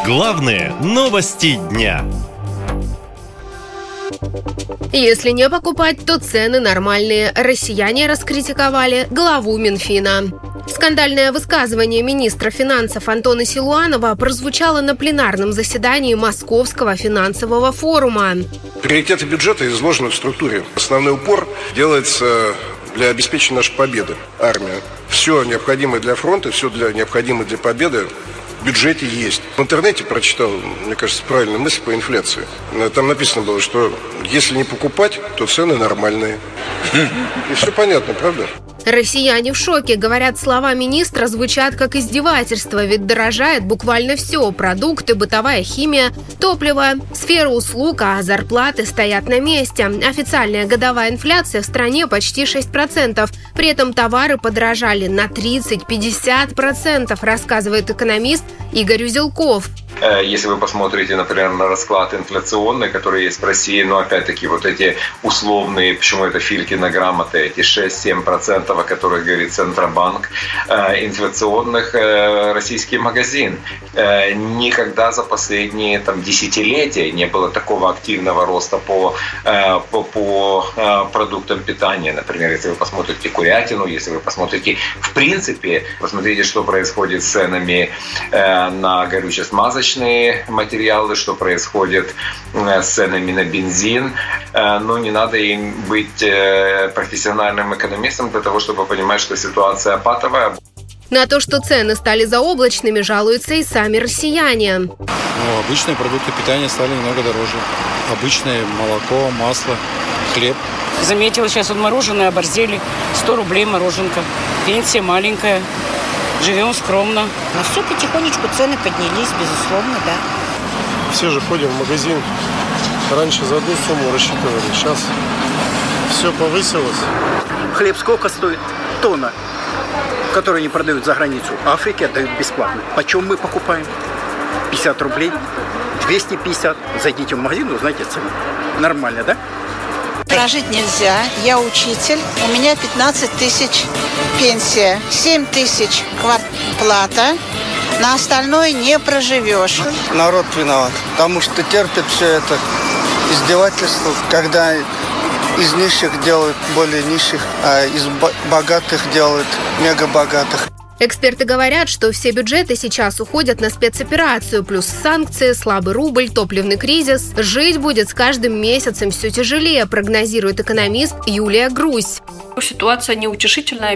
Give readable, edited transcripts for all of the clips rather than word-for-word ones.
Главные новости дня. Если не покупать, то цены нормальные. Россияне раскритиковали главу Минфина. Скандальное высказывание министра финансов Антона Силуанова прозвучало на пленарном заседании Московского финансового форума. Приоритеты бюджета изложены в структуре. Основной упор делается для обеспечения нашей победы. Армия. Все необходимое для фронта, все необходимое для победы в бюджете есть. В интернете прочитал, мне кажется, правильную мысль по инфляции. Там написано было, что если не покупать, то цены нормальные. И все понятно, правда? Россияне в шоке. Говорят, слова министра звучат как издевательство, ведь дорожает буквально все – продукты, бытовая химия, топливо, сфера услуг, а зарплаты стоят на месте. Официальная годовая инфляция в стране почти 6%. При этом товары подорожали на 30-50%, рассказывает экономист Игорь Узелков. Если вы посмотрите, например, на расклад инфляционный, который есть в России, но опять-таки вот эти условные, почему это Филькина грамоты, эти 6-7%, о которых говорит Центробанк, инфляционных российский магазин. Никогда за последние десятилетия не было такого активного роста по продуктам питания. Например, если вы посмотрите курятину, если вы посмотрите, в принципе, посмотрите, что происходит с ценами на горюче-смазочные материалы, что происходит с ценами на бензин. Но не надо им быть профессиональным экономистом для того, чтобы понимать, что ситуация патовая. На то, что цены стали заоблачными, жалуются и сами россияне. Обычные продукты питания стали немного дороже. Обычное молоко, масло, хлеб. Заметила, сейчас мороженое оборзели. 100 рублей мороженка. Пенсия маленькая. Живем скромно. Но все потихонечку цены поднялись, безусловно, да. Все же ходим в магазин. Раньше за одну сумму рассчитывали, сейчас все повысилось. Хлеб сколько стоит? Тонна, который не продают за границу. А Африке отдают бесплатно. Почем мы покупаем? 50 рублей, 250. Зайдите в магазин, узнаете цену. Нормально, да? Прожить нельзя. Я учитель. У меня 15 тысяч пенсия. 7 тысяч квартплата. На остальное не проживешь. Народ виноват, потому что терпит все это издевательство, когда из нищих делают более нищих, а из богатых делают мега богатых. Эксперты говорят, что все бюджеты сейчас уходят на спецоперацию, плюс санкции, слабый рубль, топливный кризис. Жить будет с каждым месяцем все тяжелее, прогнозирует экономист Юлия Грусь. Ситуация неутешительная,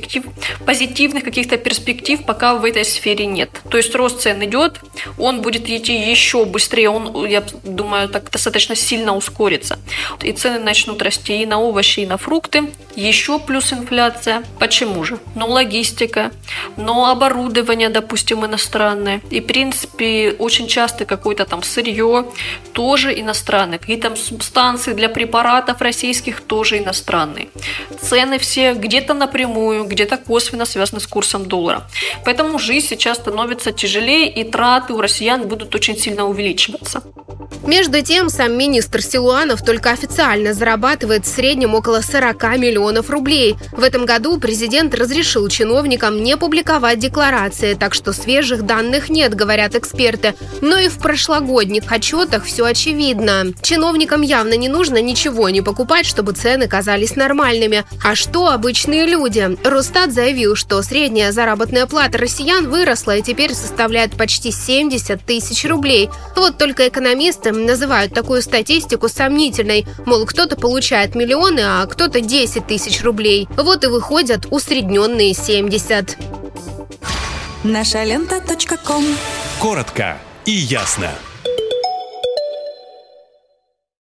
позитивных каких-то перспектив пока в этой сфере нет. То есть рост цен идет, он будет идти еще быстрее, я думаю, так достаточно сильно ускорится. И цены начнут расти и на овощи, и на фрукты, еще плюс инфляция. Почему же? Логистика, оборудование, допустим, иностранное. И, в принципе, очень часто какое-то сырье тоже иностранное. Какие-то субстанции для препаратов российских тоже иностранные. Цены все где-то напрямую, где-то косвенно связаны с курсом доллара. Поэтому жизнь сейчас становится тяжелее, и траты у россиян будут очень сильно увеличиваться. Между тем, сам министр Силуанов только официально зарабатывает в среднем около 40 миллионов рублей. В этом году президент разрешил чиновникам не публиковать декларации, так что свежих данных нет, говорят эксперты. Но и в прошлогодних отчетах все очевидно. Чиновникам явно не нужно ничего не покупать, чтобы цены казались нормальными. А что обычные люди? Росстат заявил, что средняя заработная плата россиян выросла и теперь составляет почти 70 тысяч рублей. Вот только экономисты называют такую статистику сомнительной. Мол, кто-то получает миллионы, а кто-то 10 тысяч рублей. Вот и выходят усредненные 70. Нашалента.ком. Коротко и ясно.